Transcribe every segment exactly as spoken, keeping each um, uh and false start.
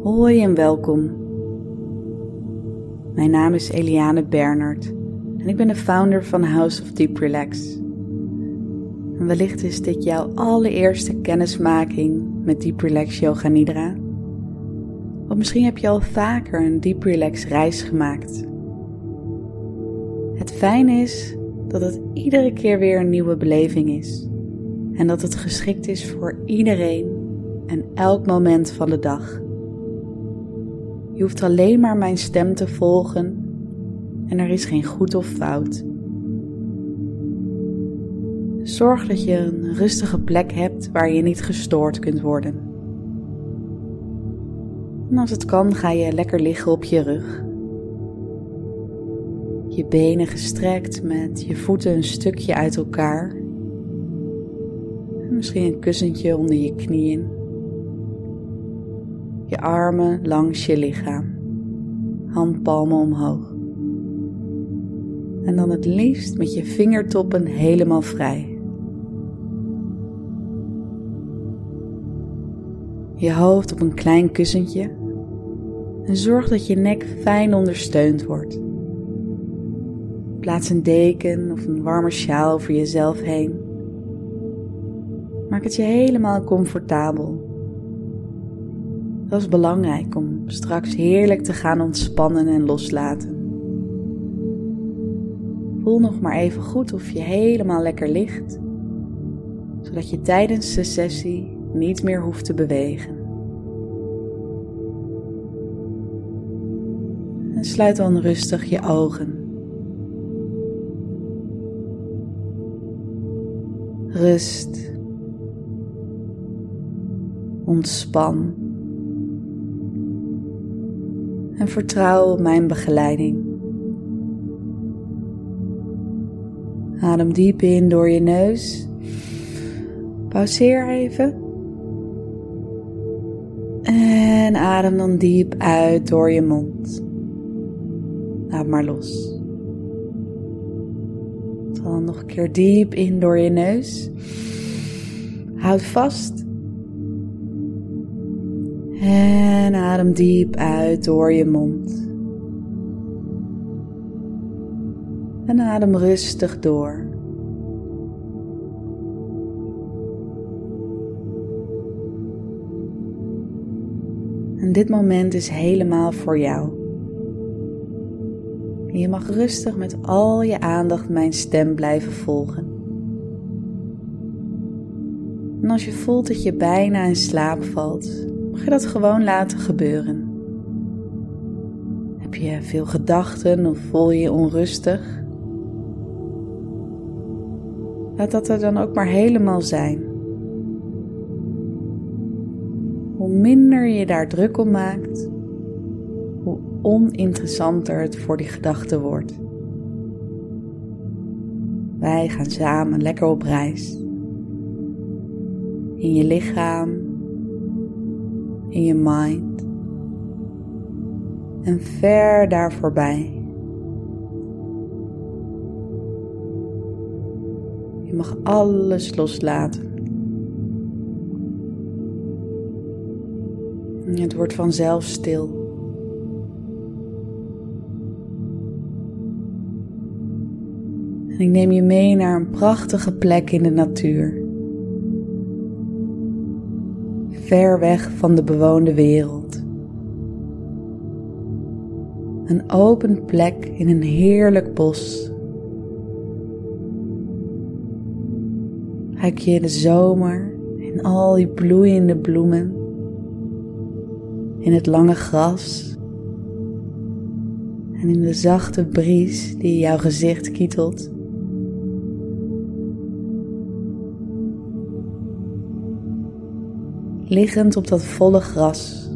Hoi en welkom. Mijn naam is Eliane Bernard en ik ben de founder van House of Deep Relax. En wellicht is dit jouw allereerste kennismaking met Deep Relax Yoga Nidra. Of misschien heb je al vaker een Deep Relax reis gemaakt. Het fijne is dat het iedere keer weer een nieuwe beleving is. En dat het geschikt is voor iedereen en elk moment van de dag. Je hoeft alleen maar mijn stem te volgen en er is geen goed of fout. Zorg dat je een rustige plek hebt waar je niet gestoord kunt worden. En als het kan ga je lekker liggen op je rug. Je benen gestrekt met je voeten een stukje uit elkaar. En misschien een kussentje onder je knieën. Je armen langs je lichaam. Handpalmen omhoog. En dan het liefst met je vingertoppen helemaal vrij. Je hoofd op een klein kussentje. En zorg dat je nek fijn ondersteund wordt. Plaats een deken of een warme sjaal over jezelf heen. Maak het je helemaal comfortabel. Dat is belangrijk om straks heerlijk te gaan ontspannen en loslaten. Voel nog maar even goed of je helemaal lekker ligt, zodat je tijdens de sessie niet meer hoeft te bewegen. En sluit dan rustig je ogen. Rust. Ontspan. En vertrouw op mijn begeleiding. Adem diep in door je neus. Pauzeer even. En adem dan diep uit door je mond. Laat maar los. Dan nog een keer diep in door je neus. Houd vast. En adem diep uit door je mond. En adem rustig door. En dit moment is helemaal voor jou. En je mag rustig met al je aandacht mijn stem blijven volgen. En als je voelt dat je bijna in slaap valt, mag je dat gewoon laten gebeuren. Heb je veel gedachten of voel je je onrustig? Laat dat er dan ook maar helemaal zijn. Hoe minder je daar druk om maakt, hoe oninteressanter het voor die gedachten wordt. Wij gaan samen lekker op reis. In je lichaam, in je mind en ver daar voorbij. Je mag alles loslaten. En het wordt vanzelf stil. En ik neem je mee naar een prachtige plek in de natuur. Ver weg van de bewoonde wereld. Een open plek in een heerlijk bos. Ruik je de zomer in al die bloeiende bloemen. In het lange gras. En in de zachte bries die jouw gezicht kietelt. Liggend op dat volle gras.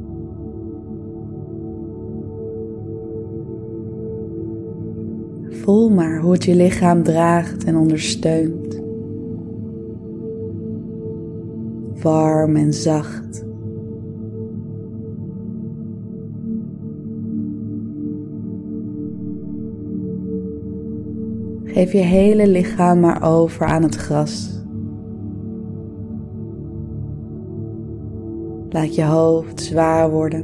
Voel maar hoe het je lichaam draagt en ondersteunt. Warm en zacht. Geef je hele lichaam maar over aan het gras. Laat je hoofd zwaar worden.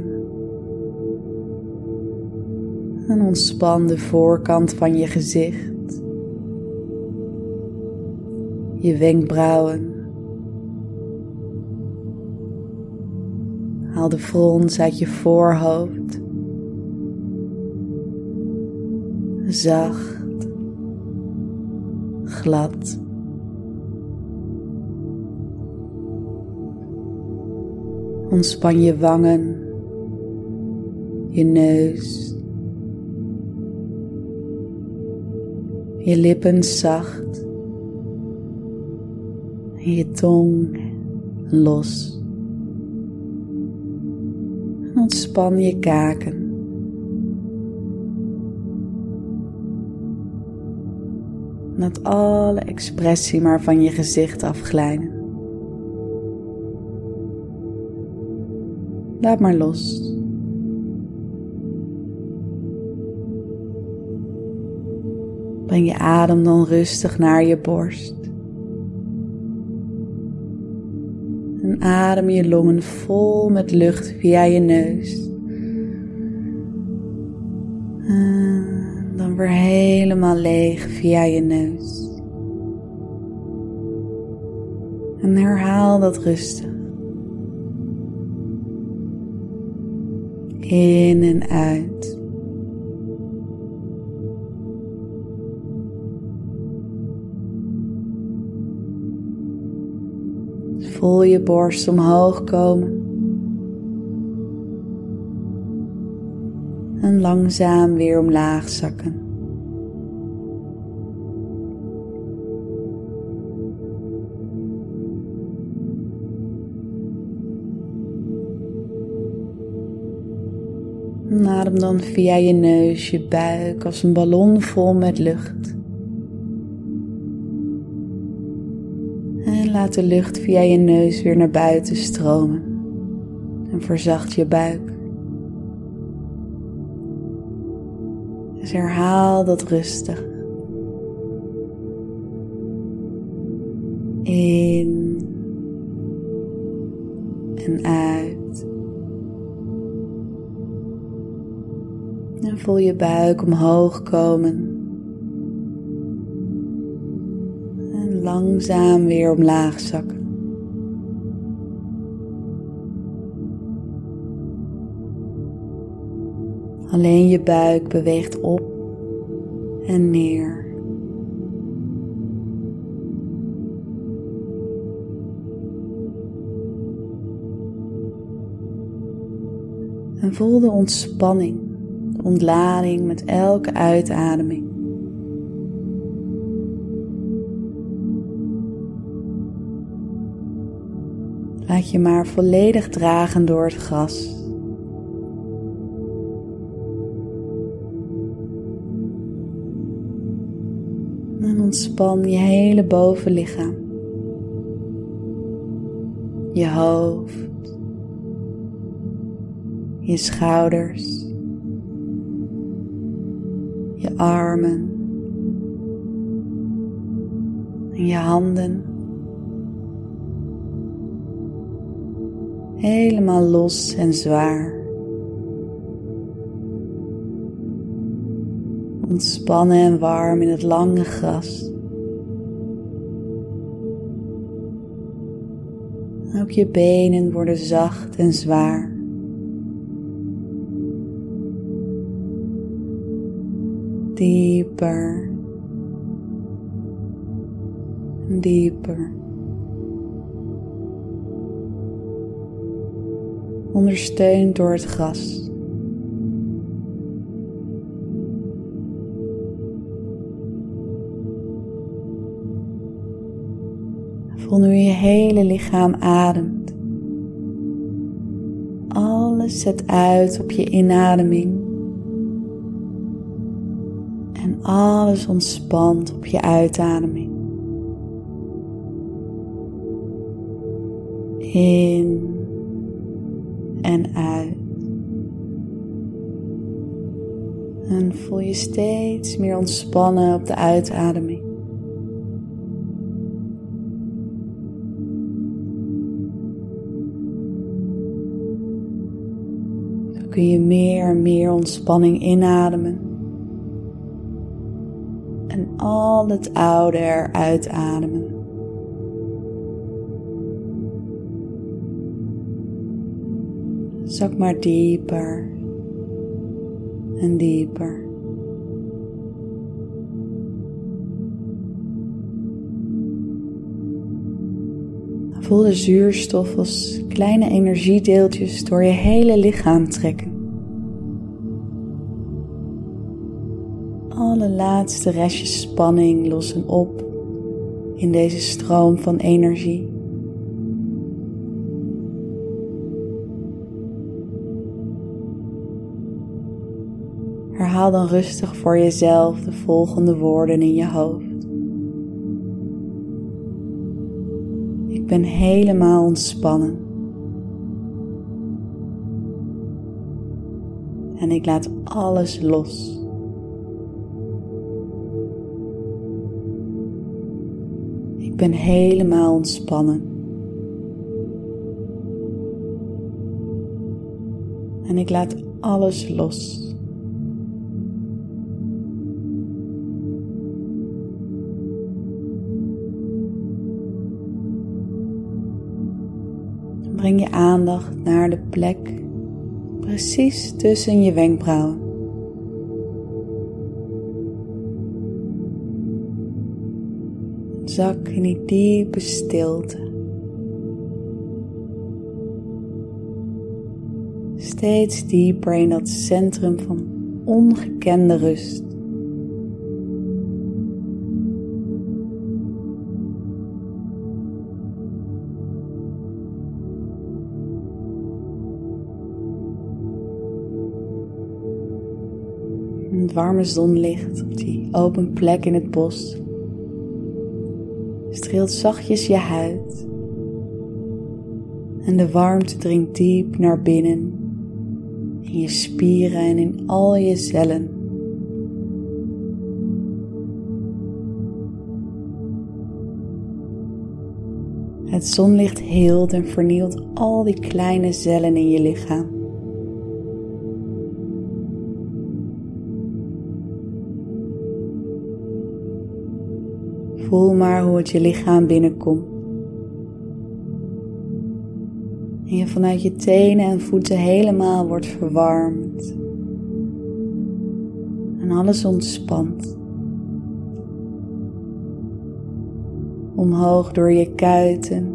En ontspan de voorkant van je gezicht. Je wenkbrauwen. Haal de frons uit je voorhoofd. Zacht. Glad. Ontspan je wangen, je neus, je lippen zacht en je tong los. En ontspan je kaken. Laat alle expressie maar van je gezicht afglijden. Laat maar los. Breng je adem dan rustig naar je borst. En adem je longen vol met lucht via je neus. En dan weer helemaal leeg via je neus. En herhaal dat rustig. In en uit. Voel je borst omhoog komen. En langzaam weer omlaag zakken. En adem dan via je neus je buik als een ballon vol met lucht. En laat de lucht via je neus weer naar buiten stromen. En verzacht je buik. Dus herhaal dat rustig. In en uit. En voel je buik omhoog komen. En langzaam weer omlaag zakken. Alleen je buik beweegt op en neer. En voel de ontspanning, de ontlading met elke uitademing. Laat je maar volledig dragen door het gras. En ontspan je hele bovenlichaam. Je hoofd. Je schouders. Je armen. En je handen. Helemaal los en zwaar. Ontspannen en warm in het lange gras. Ook je benen worden zacht en zwaar. Dieper. En dieper. Ondersteund door het gras. Voel nu je hele lichaam ademt. Alles zet uit op je inademing. En alles ontspant op je uitademing. In en uit. En voel je steeds meer ontspannen op de uitademing. kun je meer en meer ontspanning inademen en al het oude eruit ademen. Zak maar dieper en dieper. Voel de zuurstof als kleine energiedeeltjes door je hele lichaam trekken. Alle laatste restjes spanning lossen op in deze stroom van energie. Herhaal dan rustig voor jezelf de volgende woorden in je hoofd. Ik ben helemaal ontspannen. En ik laat alles los. Ik ben helemaal ontspannen. En ik laat alles los. Breng je aandacht naar de plek precies tussen je wenkbrauwen. Zak in die diepe stilte. Steeds dieper in dat centrum van ongekende rust. Het warme zonlicht op die open plek in het bos streelt zachtjes je huid en de warmte dringt diep naar binnen in je spieren en in al je cellen. Het zonlicht heelt en vernielt al die kleine cellen in je lichaam. Voel maar hoe het je lichaam binnenkomt. En je vanuit je tenen en voeten helemaal wordt verwarmd. En alles ontspant. Omhoog door je kuiten.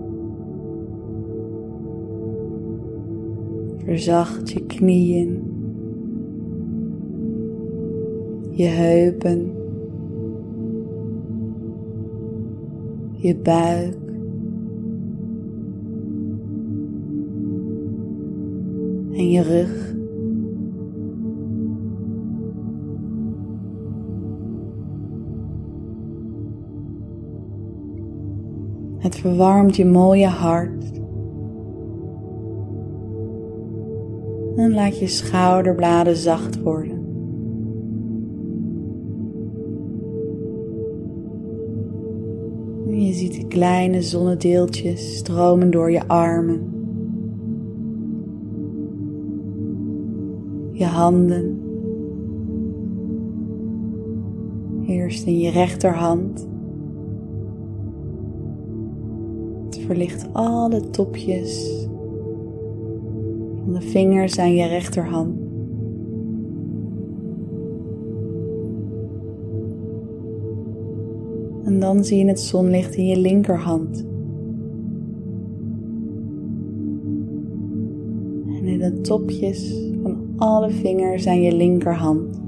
Verzacht je knieën. Je heupen. Je buik, en je rug. Het verwarmt je mooie hart. En laat je schouderbladen zacht worden. Je ziet de kleine zonnedeeltjes stromen door je armen, je handen, eerst in je rechterhand. Het verlicht alle topjes van de vingers aan je rechterhand. En dan zie je het zonlicht in je linkerhand. En in de topjes van alle vingers aan je linkerhand.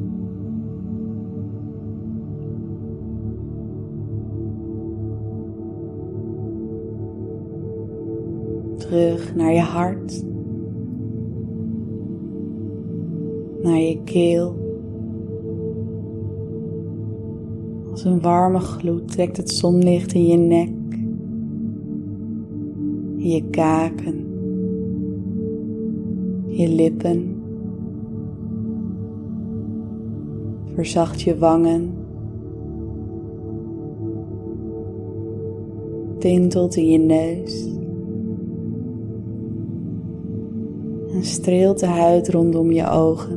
Terug naar je hart. Naar je keel. Als een warme gloed trekt het zonlicht in je nek, in je kaken, je lippen, verzacht je wangen, tintelt in je neus En streelt de huid rondom je ogen.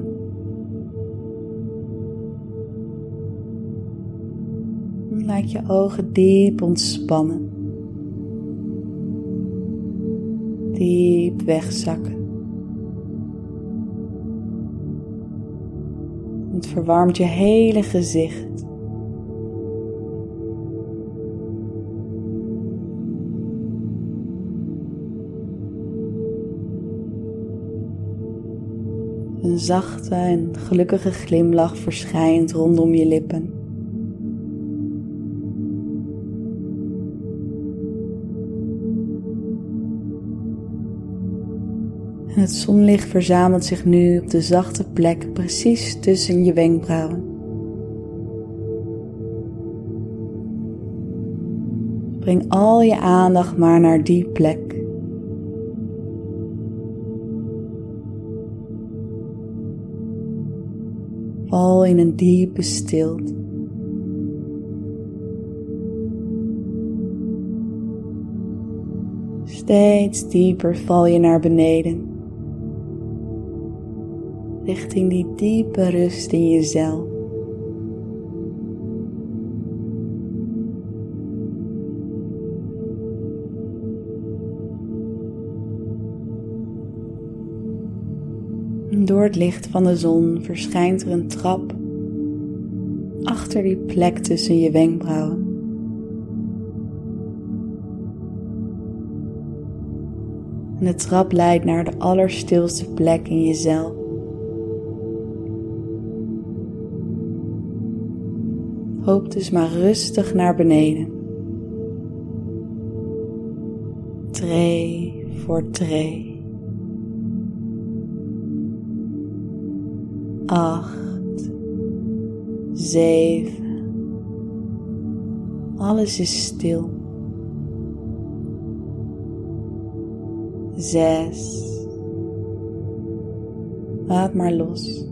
En laat je ogen diep ontspannen. Diep wegzakken. Het verwarmt je hele gezicht. Een zachte en gelukkige glimlach verschijnt rondom je lippen. En het zonlicht verzamelt zich nu op de zachte plek precies tussen je wenkbrauwen. Breng al je aandacht maar naar die plek. Val in een diepe stilte. Steeds dieper val je naar beneden. Richting die diepe rust in jezelf. Door het licht van de zon verschijnt er een trap achter die plek tussen je wenkbrauwen. En de trap leidt naar de allerstilste plek in jezelf. Loop dus maar rustig naar beneden. Tree voor tree. Acht, zeven, alles is stil. Zes, laat maar los.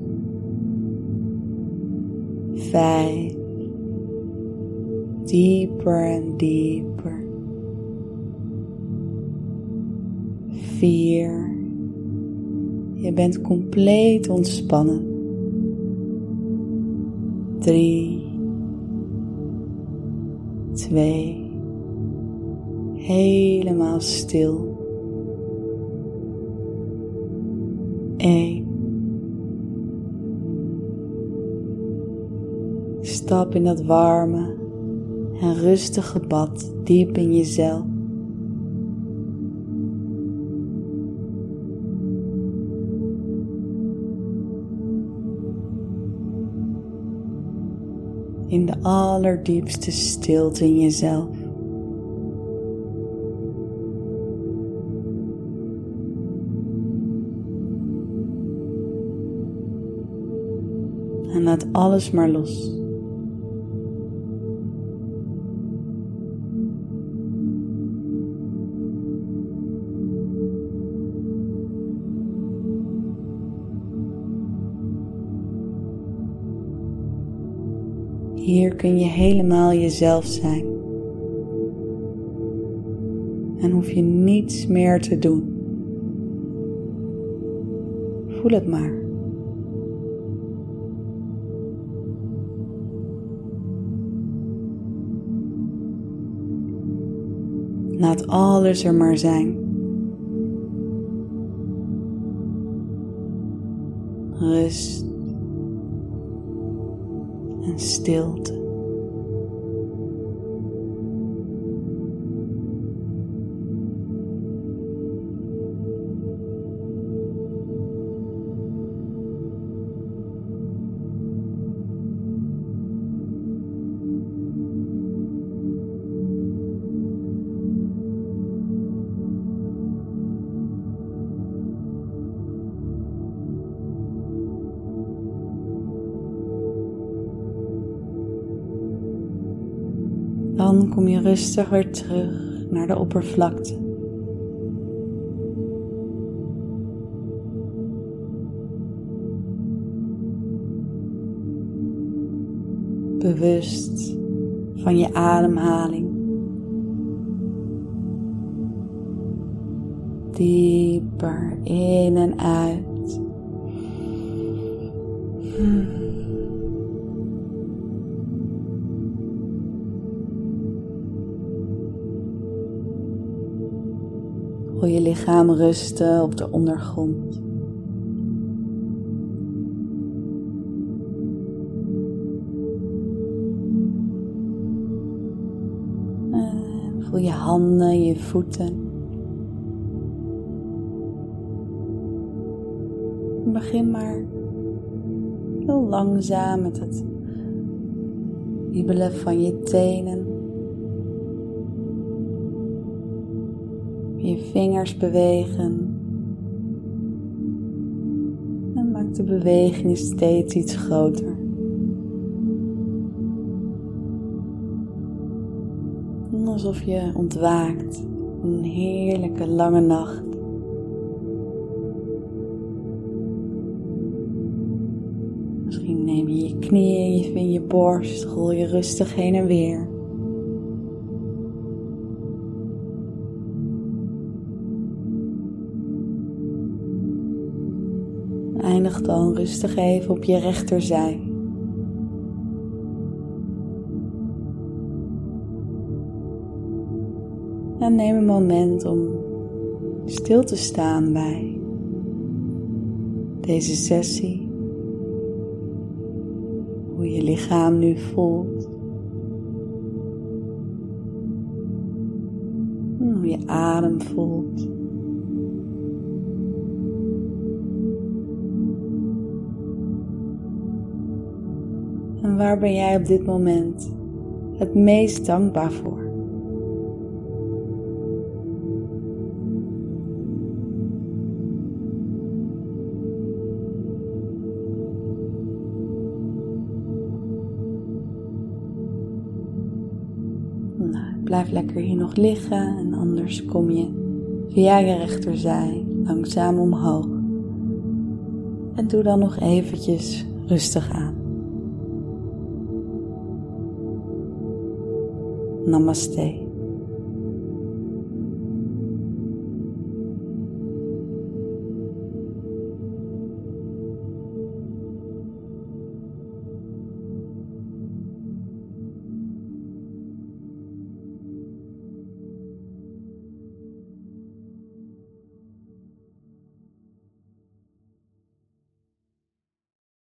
Vijf, dieper en dieper. Vier, je bent compleet ontspannen. Drie, twee, helemaal stil. Eén. Stap in dat warme en rustige bad diep in jezelf. In de allerdiepste stilte in jezelf. En laat alles maar los. Hier kun je helemaal jezelf zijn. En hoef je niets meer te doen. Voel het maar. Laat alles er maar zijn. Rust en stilte. Dan kom je rustig weer terug naar de oppervlakte. Bewust van je ademhaling. Diep dieper in en uit. Hmm. Voel je lichaam rusten op de ondergrond. En voel je handen, je voeten. Begin maar heel langzaam met het wiebelen van je tenen. Je vingers bewegen. En maak de beweging steeds iets groter. En alsof je ontwaakt van een heerlijke lange nacht. Misschien neem je je knieën, je in je borst, rol je rustig heen en weer. Eindig dan rustig even op je rechterzij. En neem een moment om stil te staan bij deze sessie. Hoe je lichaam nu voelt. En hoe je adem voelt. En waar ben jij op dit moment het meest dankbaar voor? Nou, blijf lekker hier nog liggen en anders kom je via je rechterzij langzaam omhoog. En doe dan nog eventjes rustig aan. Namaste.